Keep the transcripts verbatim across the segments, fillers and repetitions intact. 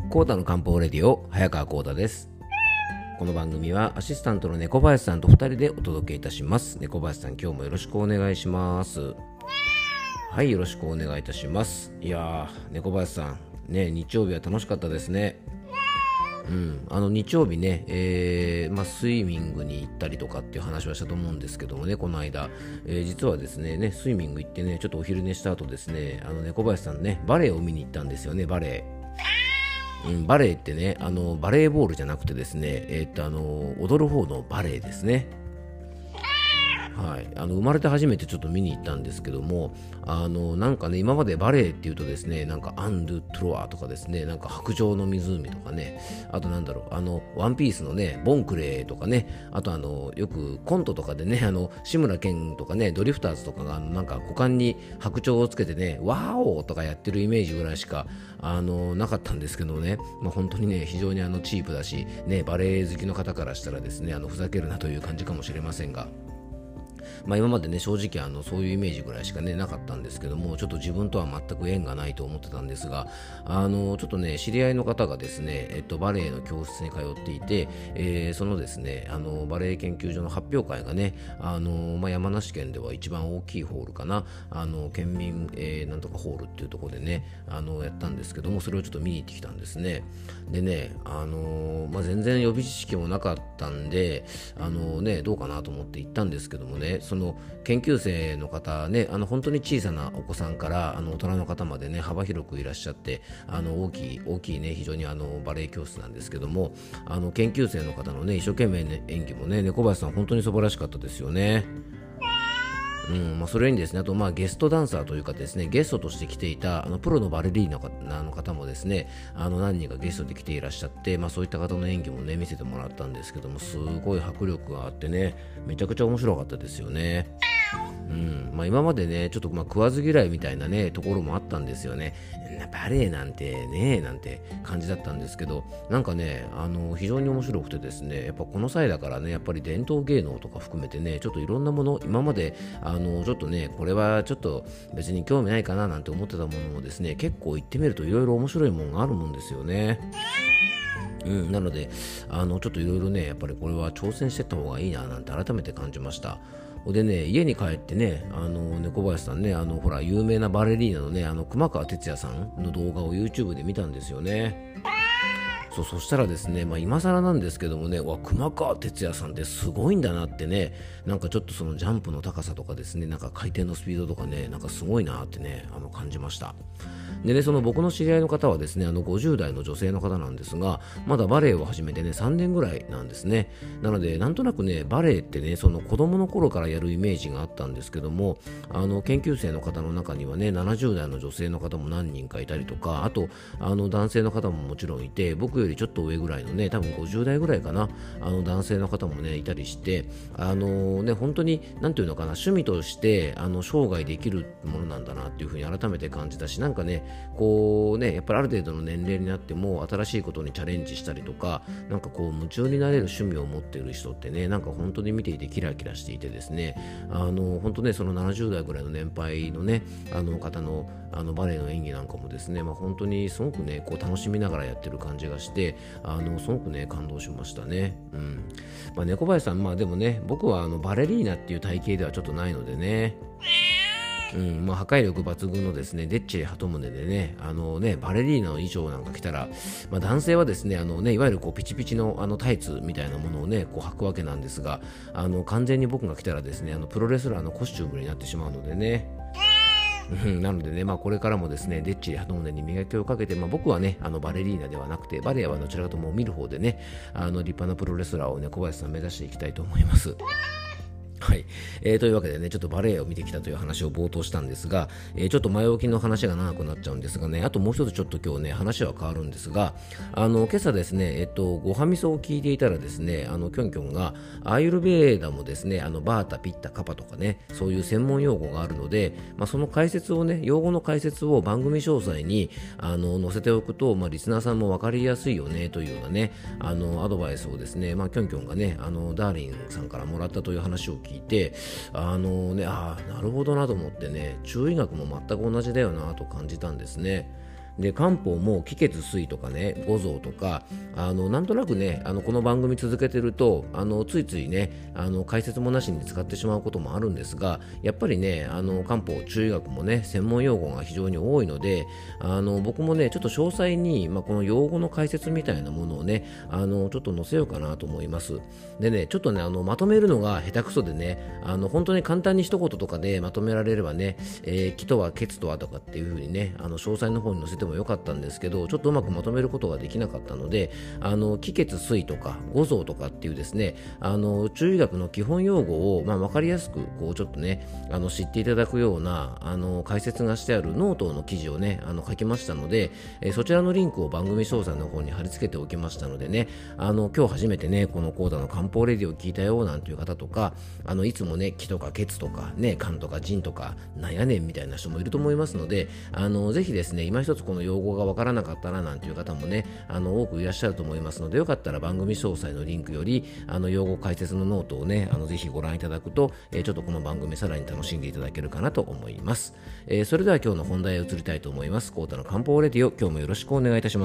コータの漢方レディオ、早川コータです。この番組はアシスタントの猫林さんとふたりでお届けいたします。猫林さん、今日もよろしくお願いします。はい、よろしくお願いいたします。いやー、猫林さんね、日曜日は楽しかったですね。うん、あの日曜日ね、えーまあ、スイミングに行ったりとかっていう話はしたと思うんですけどもね、この間、えー、実はですね、ねスイミング行ってね、ちょっとお昼寝した後ですね、あの猫林さんね、バレエを見に行ったんですよね。バレエ、うん、バレエってね、あのバレーボールじゃなくてですね、えー、っとあの踊る方のバレエですね。はい、あの生まれて初めてちょっと見に行ったんですけども、あのなんかね、今までバレエっていうとですね、なんかアン・ドゥ・トロワとかですね、なんか白鳥の湖とかね、あとなんだろう、あのワンピースのね、ボンクレーとかね、あとあのよくコントとかでね、あの志村けんとかね、ドリフターズとかがなんか股間に白鳥をつけてね、ワーオーとかやってるイメージぐらいしかあのなかったんですけどね、まあ、本当にね、非常にあのチープだし、ね、バレエ好きの方からしたらですね、あのふざけるなという感じかもしれませんが、まあ、今までね、正直あのそういうイメージぐらいしかねなかったんですけども、ちょっと自分とは全く縁がないと思ってたんですが、あのちょっとね、知り合いの方がですね、えっと、バレエの教室に通っていて、えー、そのですね、あのバレエ研究所の発表会がね、あの、まあ、山梨県では一番大きいホールかな、あの県民、えー、なんとかホールっていうところでね、あのやったんですけども、それをちょっと見に行ってきたんですね。でね、あのまあ、全然予備知識もなかったんで、あのね、どうかなと思って行ったんですけどもね、その研究生の方ね、あの本当に小さなお子さんからあの大人の方までね、幅広くいらっしゃって、あの大きい大きいね、非常にあのバレエ教室なんですけども、あの研究生の方のね、一生懸命ね、演技もね、猫林さん本当に素晴らしかったですよね。うんまあ、それにですね、あとまあゲストダンサーというかですね、ゲストとして来ていたあのプロのバレリーナの方もですね、あの何人かゲストで来ていらっしゃって、まあ、そういった方の演技もね見せてもらったんですけども、すごい迫力があってね、めちゃくちゃ面白かったですよね。うんまあ、今までね、ちょっとまあ食わず嫌いみたいなねところもあったんですよね。バレエなんてねなんて感じだったんですけど、なんかね、あの非常に面白くてですね、やっぱこの際だからね、やっぱり伝統芸能とか含めてね、ちょっといろんなもの、今まであのちょっとね、これはちょっと別に興味ないかななんて思ってたものもですね、結構行ってみるといろいろ面白いものがあるもんですよね。うん、なのであのちょっといろいろね、やっぱりこれは挑戦していった方がいいななんて改めて感じました。でね、家に帰ってね、あの猫林さんね、あのほら有名なバレリーナのね、あの熊川哲也さんの動画を YouTube で見たんですよね。そうそしたらですね、まあ、今更なんですけどもね、わ熊川哲也さんってすごいんだなってね、なんかちょっとそのジャンプの高さとかですね、なんか回転のスピードとかね、なんかすごいなってね、あの感じました。でね、その僕の知り合いの方はですね、あのごじゅう代の女性の方なんですが、まだバレエを始めてねさんねんぐらいなんですね。なのでなんとなくね、バレエってね、その子供の頃からやるイメージがあったんですけども、あの研究生の方の中にはね、ななじゅう代の女性の方も何人かいたりとか、あとあの男性の方ももちろんいて、僕よりちょっと上ぐらいのね、多分ごじゅう代ぐらいかな、あの男性の方もねいたりして、あのね、本当になんていうのかな、趣味としてあの生涯できるものなんだなっていうふうに改めて感じたし、なんかね、こうね、やっぱりある程度の年齢になっても新しいことにチャレンジしたりとか、なんかこう夢中になれる趣味を持っている人ってね、なんか本当に見ていてキラキラしていてですね、あの本当ね、そのななじゅう代ぐらいの年配のね、あの方のあのバレエの演技なんかもですね、まあ、本当にすごくね、こう楽しみながらやってる感じがして、あのすごくね感動しましたね。うんまあ、猫林さん、まあでもね、僕はあのバレリーナっていう体型ではちょっとないのでね、うんまあ、破壊力抜群のですね、でっちり鳩胸でね、あのね、バレリーナの衣装なんか着たら、まあ、男性はですね、あのね、いわゆるこうピチピチのあのタイツみたいなものをね、こう履くわけなんですが、あの完全に僕が着たらですね、あのプロレスラーのコスチュームになってしまうのでね。なのでね、まあ、これからもですね、でっちり鳩胸に磨きをかけて、まあ、僕はね、あのバレリーナではなくて、バレエはどちらかとも見る方でね、あの立派なプロレスラーをね、小林さん目指していきたいと思います。はい、えー、というわけでね、ちょっとバレエを見てきたという話を冒頭したんですが、えー、ちょっと前置きの話が長くなっちゃうんですがね、あともう一つちょっと今日ね、話は変わるんですが、あの今朝ですね、えっとごはみそを聞いていたらですね、あのキョンキョンがアーユルベーダもですね、あのバータ、ピッタ、カパとかね、そういう専門用語があるので、まあ、その解説をね、用語の解説を番組詳細にあの載せておくと、まあ、リスナーさんも分かりやすいよねというようなね、あのアドバイスをですね、まあ、キョンキョンがね、あのダーリンさんからもらったという話を聞いて、あのね、あなるほどなと思ってね、中医学も全く同じだよなと感じたんですね。 で漢方も気血水とかね五臓とかあのなんとなくねあのこの番組続けてるとあのついついねあの解説もなしに使ってしまうこともあるんですが、やっぱりねあの漢方中医学もね専門用語が非常に多いので、あの僕もねちょっと詳細に、まあ、この用語の解説みたいなものをねあのちょっと載せようかなと思います。でねちょっとねあのまとめるのが下手くそでねあの本当に簡単に一言とかでまとめられればね、えー、気とは血とはとかっていう風にねあの詳細の方に載せてもよかったんですけど、ちょっとうまくまとめることができなかったので、あの気血水とか五臓とかっていうですねあの中医学の基本用語を、まあ、分かりやすくこうちょっとねあの知っていただくようなあの解説がしてあるノートの記事をねあの書きましたので、えー、そちらのリンクを番組詳細の方に貼り付けておきましたのでね、あの今日初めてねこの講座の漢方レディを聞いたよなんていう方とか、あのいつもね気とか血とかね肝とか腎とかなんやねんみたいな人もいると思いますので、あのぜひですね今一つこの用語がわからなかったななんていう方もねあの多くいらっしゃると思いますので、よかったら番組詳細のリンクよりあの用語解説のノートをねあのぜひご覧いただくと、えー、ちょっとこの番組さらに楽しんでいただけるかなと思います。えー、それでは今日の本題へ移りたいと思います。コータの漢方レディオ、今日もよろしくお願いいたします。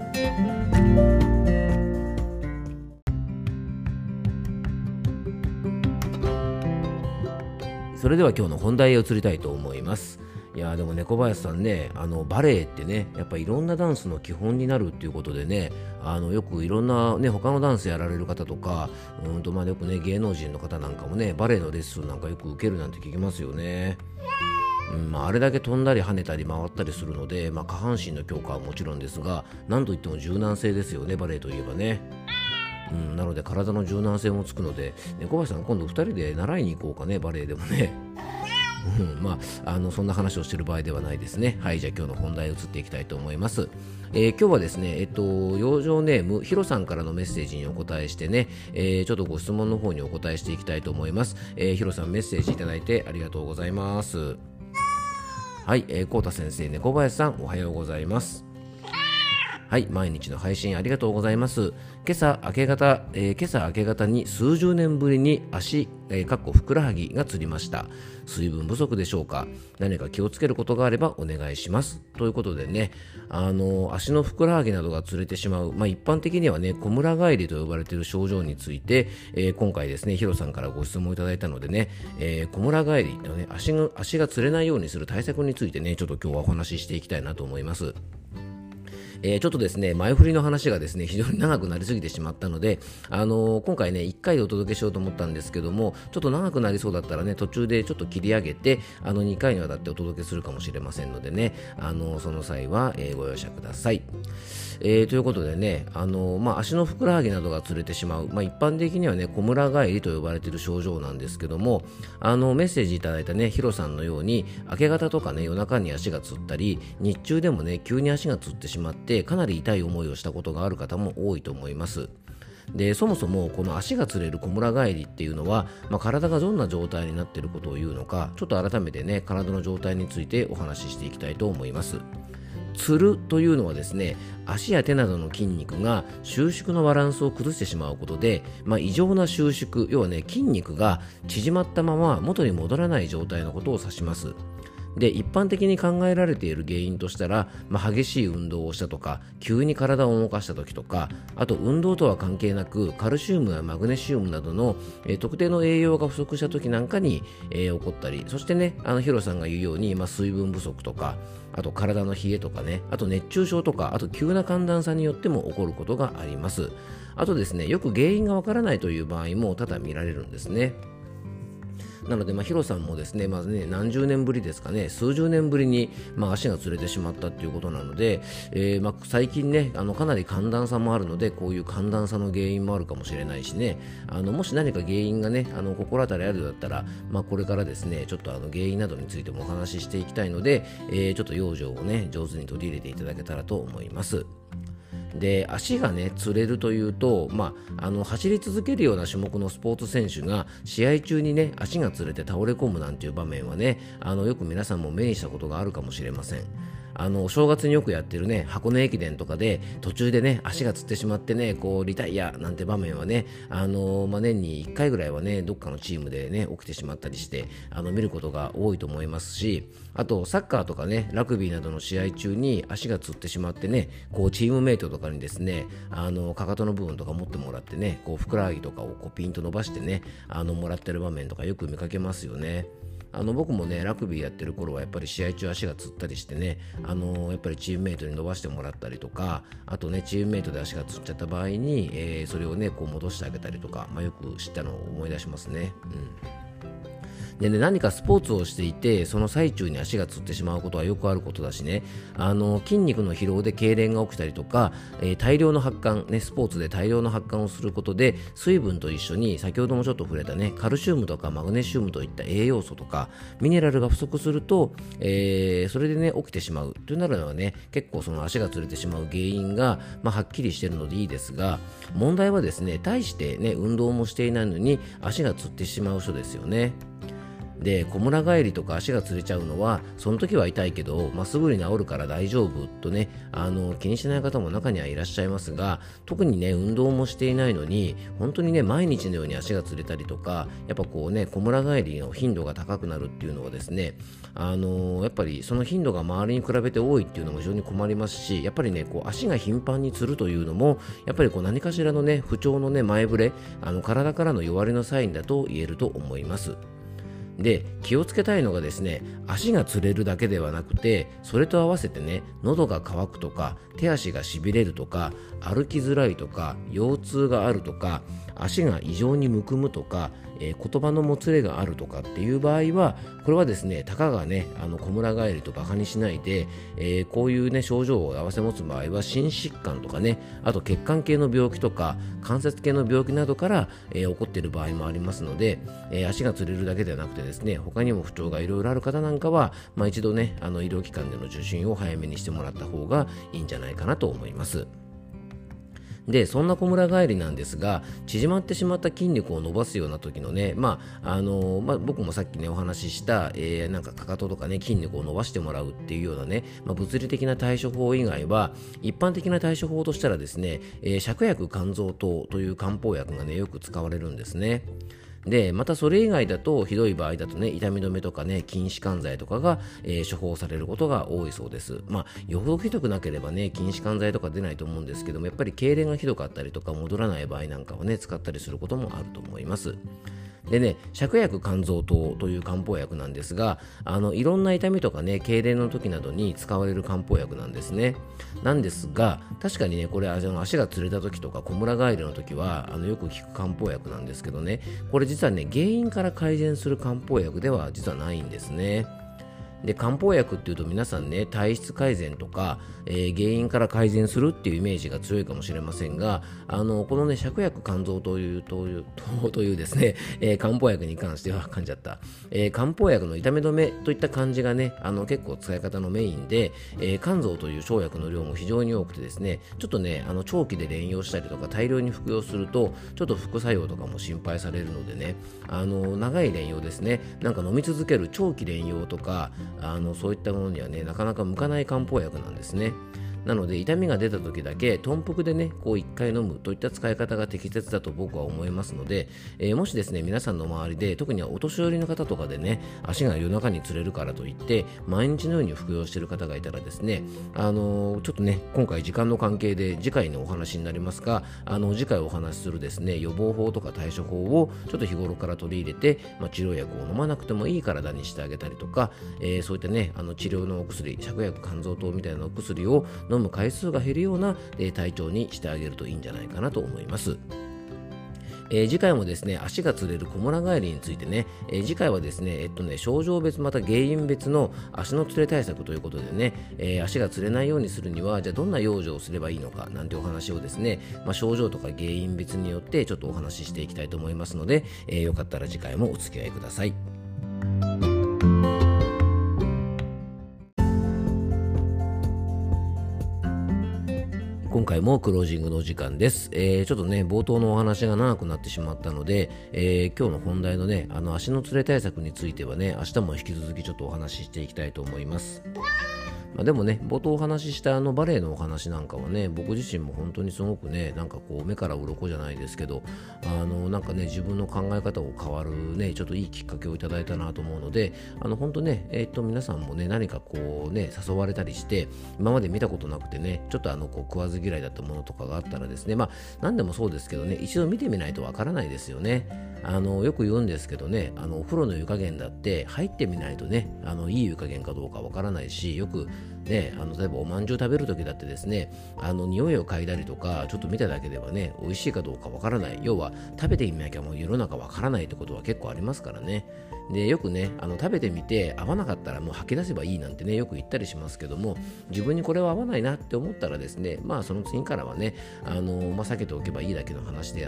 それでは今日の本題へ移りたいと思います。いやでも猫林さんねあのバレエってねやっぱいろんなダンスの基本になるっていうことでね、あのよくいろんなね他のダンスやられる方とかうんとまあよくね芸能人の方なんかもねバレエのレッスンなんかよく受けるなんて聞きますよね。うんまあ、あれだけ飛んだり跳ねたり回ったりするので、まあ、下半身の強化はもちろんですが何といっても柔軟性ですよね、バレエといえばね。うん、なので体の柔軟性もつくので、猫林さん今度ふたりで習いに行こうかね、バレエでもね。うん、まあ、あのそんな話をしている場合ではないですね。はい、じゃあ今日の本題へ移っていきたいと思います。えー、今日はですね、えっと、養生ネームヒロさんからのメッセージにお答えしてね、えー、ちょっとご質問の方にお答えしていきたいと思います。えー、ヒロさんメッセージいただいてありがとうございます。はい、えー、コウタ先生、猫林さんおはようございます。はい、毎日の配信ありがとうございます。今朝明け方、えー、今朝明け方に数十年ぶりに足、えー、かっこふくらはぎがつりました。水分不足でしょうか。何か気をつけることがあればお願いします。ということでね、あの足のふくらはぎなどがつれてしまう、まあ、一般的にはね、こむら返りと呼ばれている症状について、えー、今回ですね、ヒロさんからご質問いただいたのでね、えー、こむら返りのね、足が、足がつれないようにする対策についてね、ちょっと今日はお話ししていきたいなと思います。えー、ちょっとですね前振りの話がですね非常に長くなりすぎてしまったので、あのー、今回ねいっかいでお届けしようと思ったんですけども、ちょっと長くなりそうだったらね途中でちょっと切り上げてあのにかいにわたってお届けするかもしれませんのでね、あのー、その際は、えー、ご容赦ください。えー、ということでね、あのーまあ、足のふくらはぎなどがつれてしまう、まあ、一般的にはねこむら返りと呼ばれている症状なんですけども、あのメッセージいただいたねヒロさんのように明け方とかね夜中に足がつったり日中でもね急に足がつってしまってかなり痛い思いをしたことがある方も多いと思います。でそもそもこの足がつれるこむら返りっていうのは、まあ、体がどんな状態になっていることを言うのか、ちょっと改めてね体の状態についてお話ししていきたいと思います。つるというのはですね、足や手などの筋肉が収縮のバランスを崩してしまうことで、まあ、異常な収縮、要はね筋肉が縮まったまま元に戻らない状態のことを指します。で一般的に考えられている原因としたら、まあ、激しい運動をしたとか急に体を動かした時とか、あと運動とは関係なくカルシウムやマグネシウムなどの、えー、特定の栄養が不足した時なんかに、えー、起こったり、そしてねあのヒロさんが言うように、まあ、水分不足とか、あと体の冷えとかね、あと熱中症とか、あと急な寒暖差によっても起こることがあります。あとですね、よく原因がわからないという場合も多々見られるんですね。なので、まあ、ヒロさんもですね、まずね、何十年ぶりですかね、数十年ぶりに、まあ、足がつれてしまったということなので、えーまあ、最近ね、あのかなり寒暖差もあるので、こういう寒暖差の原因もあるかもしれないしね、あのもし何か原因がね、あの心当たりあるようだったら、まあ、これからですね、ちょっとあの原因などについてもお話ししていきたいので、えー、ちょっと養生をね、上手に取り入れていただけたらと思います。で足がねつれるというと、まあ、あの走り続けるような種目のスポーツ選手が試合中にね足がつれて倒れ込むなんていう場面はね、あのよく皆さんも目にしたことがあるかもしれません。 あのお正月によくやってるね箱根駅伝とかで途中でね足がつってしまってねこうリタイアなんて場面はね、あのまあ、年にいっかいぐらいはねどっかのチームでね起きてしまったりしてあの見ることが多いと思いますし、あとサッカーとかねラグビーなどの試合中に足がつってしまってねこうチームメイトとかにですねあのかかとの部分とか持ってもらってねこうふくらはぎとかをこうピンと伸ばしてねあのもらってる場面とかよく見かけますよね。あの僕もねラグビーやってる頃はやっぱり試合中足がつったりしてね、あのー、やっぱりチームメイトに伸ばしてもらったりとか、あとねチームメイトで足がつっちゃった場合に、えー、それをねこう戻してあげたりとか、まあ、よく知ったのを思い出しますね。うんでね、何かスポーツをしていてその最中に足がつってしまうことはよくあることだしね、あの筋肉の疲労で痙攣が起きたりとか、えー、大量の発汗、ね、スポーツで大量の発汗をすることで水分と一緒に先ほどもちょっと触れたねカルシウムとかマグネシウムといった栄養素とかミネラルが不足すると、えー、それでね起きてしまうというなるのはね結構その足がつれてしまう原因が、まあ、はっきりしているのでいいですが、問題はですね大してね運動もしていないのに足がつってしまう人ですよね。でこむら返りとか足がつれちゃうのはその時は痛いけど、まあ、すぐに治るから大丈夫とねあの気にしない方も中にはいらっしゃいますが、特にね運動もしていないのに本当にね毎日のように足がつれたりとかやっぱこうねこむら返りの頻度が高くなるっていうのはですね、あのやっぱりその頻度が周りに比べて多いっていうのも非常に困りますし、やっぱりねこう足が頻繁につるというのもやっぱりこう何かしらのね不調のね前触れ、あの体からの弱りのサインだと言えると思います。で気をつけたいのがですね、足がつれるだけではなくてそれと合わせてね喉が渇くとか手足がしびれるとか歩きづらいとか腰痛があるとか足が異常にむくむとか、えー、言葉のもつれがあるとかっていう場合はこれはですねたかがねあのこむら返りとバカにしないで、えー、こういうね症状を併せ持つ場合は心疾患とかね、あと血管系の病気とか関節系の病気などから、えー、起こっている場合もありますので、えー、足がつれるだけではなくてですね他にも不調がいろいろある方なんかは、まあ、一度ねあの医療機関での受診を早めにしてもらった方がいいんじゃないかなと思います。でそんなこむら返りなんですが、縮まってしまった筋肉を伸ばすような時のね、まああのまあ、僕もさっきねお話しした、えー、なんかかかととかね筋肉を伸ばしてもらうっていうようなね、まあ、物理的な対処法以外は一般的な対処法としたらですね、えー、芍薬甘草湯という漢方薬がねよく使われるんですね。でまたそれ以外だとひどい場合だとね痛み止めとかね筋弛緩剤とかが、えー、処方されることが多いそうです。まあよほどひどくなければね筋弛緩剤とか出ないと思うんですけども、やっぱり痙攣がひどかったりとか戻らない場合なんかはね使ったりすることもあると思います。でね、芍薬甘草湯という漢方薬なんですが、あのいろんな痛みとかね痙攣の時などに使われる漢方薬なんですね。なんですが確かにねこれあの足がつれた時とかこむら返りの時はあのよく効く漢方薬なんですけどね、これ実はね原因から改善する漢方薬では実はないんですね。で漢方薬っていうと皆さんね体質改善とか、えー、原因から改善するっていうイメージが強いかもしれませんが、あのこのね芍薬甘草というというというですね、えー、漢方薬に関しては噛んじゃった、えー、漢方薬の痛み止めといった感じがねあの結構使い方のメインで、えー、甘草という生薬の量も非常に多くてですね、ちょっとねあの長期で連用したりとか大量に服用するとちょっと副作用とかも心配されるのでね、あの長い連用ですね、なんか飲み続ける長期連用とかあのそういったものにはねなかなか向かない漢方薬なんですね。なので痛みが出た時だけ豚腹でねこういっかい飲むといった使い方が適切だと僕は思いますので、えー、もしですね皆さんの周りで特にはお年寄りの方とかでね足が夜中につれるからといって毎日のように服用している方がいたらですね、あのー、ちょっとね今回時間の関係で次回のお話になりますが、あの次回お話しするですね予防法とか対処法をちょっと日頃から取り入れて、まあ、治療薬を飲まなくてもいい体にしてあげたりとか、えー、そういったねあの治療のお薬芍薬甘草湯みたいなお薬を飲む回数が減るような、えー、体調にしてあげるといいんじゃないかなと思います。えー、次回もですね足がつれるこむら返りについてね、えー、次回はですねえっとね症状別また原因別の足のつれ対策ということでね、えー、足がつれないようにするにはじゃあどんな養生をすればいいのかなんてお話をですね、まあ、症状とか原因別によってちょっとお話ししていきたいと思いますので、えー、よかったら次回もお付き合いください。今回もクロージングのお時間です。えー、ちょっとね冒頭のお話が長くなってしまったので、えー、今日の本題のねあの足のつれ対策についてはね明日も引き続きちょっとお話ししていきたいと思います。 まあ、でもね、冒頭お話ししたあのバレエのお話なんかはね、僕自身も本当にすごくね、なんかこう目から鱗じゃないですけど、あのなんかね、自分の考え方を変わるね、ちょっといいきっかけをいただいたなと思うので、あの本当ね、えっと皆さんもね、何かこうね、誘われたりして、今まで見たことなくてね、ちょっとあのこう食わず嫌いだったものとかがあったらですね、まあ何でもそうですけどね、一度見てみないとわからないですよね。あのよく言うんですけどね、あのお風呂の湯加減だって入ってみないとね、あのいい湯加減かどうかわからないし、よくね、あの例えばおまんじゅう食べるときだってですね、あの匂いを嗅いだりとかちょっと見ただけではね、美味しいかどうかわからない、要は食べてみなきゃもう世の中わからないってことは結構ありますからね。でよくね、あの食べてみて合わなかったらもう吐き出せばいいなんてね、よく言ったりしますけども、自分にこれは合わないなって思ったらですね、まあその次からはね、あのまあ、避けておけばいいだけの話であって、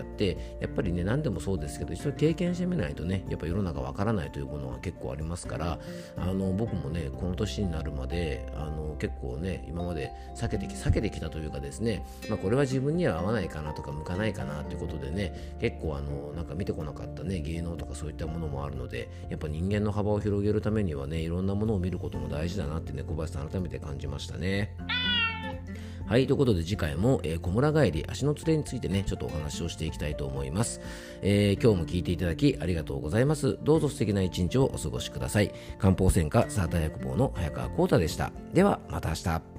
やっぱりね、何でもそうですけど、一度経験してみないとね、やっぱ世の中わからないというものが結構ありますから、あの僕もね、この年になるまであの結構ね、今まで避けてき避けてきたというかですね、まあ、これは自分には合わないかなとか向かないかなということでね、結構あのなんか見てこなかったね、芸能とかそういったものもあるので、やっぱ人間の幅を広げるためにはね、いろんなものを見ることも大事だなってね、小林さん改めて感じましたね。はい、ということで次回も、えー、小村帰り足のつれについてね、ちょっとお話をしていきたいと思います。えー、今日も聞いていただきありがとうございます。どうぞ素敵な一日をお過ごしください。漢方専科サーター薬房の早川浩太でした。ではまた明日。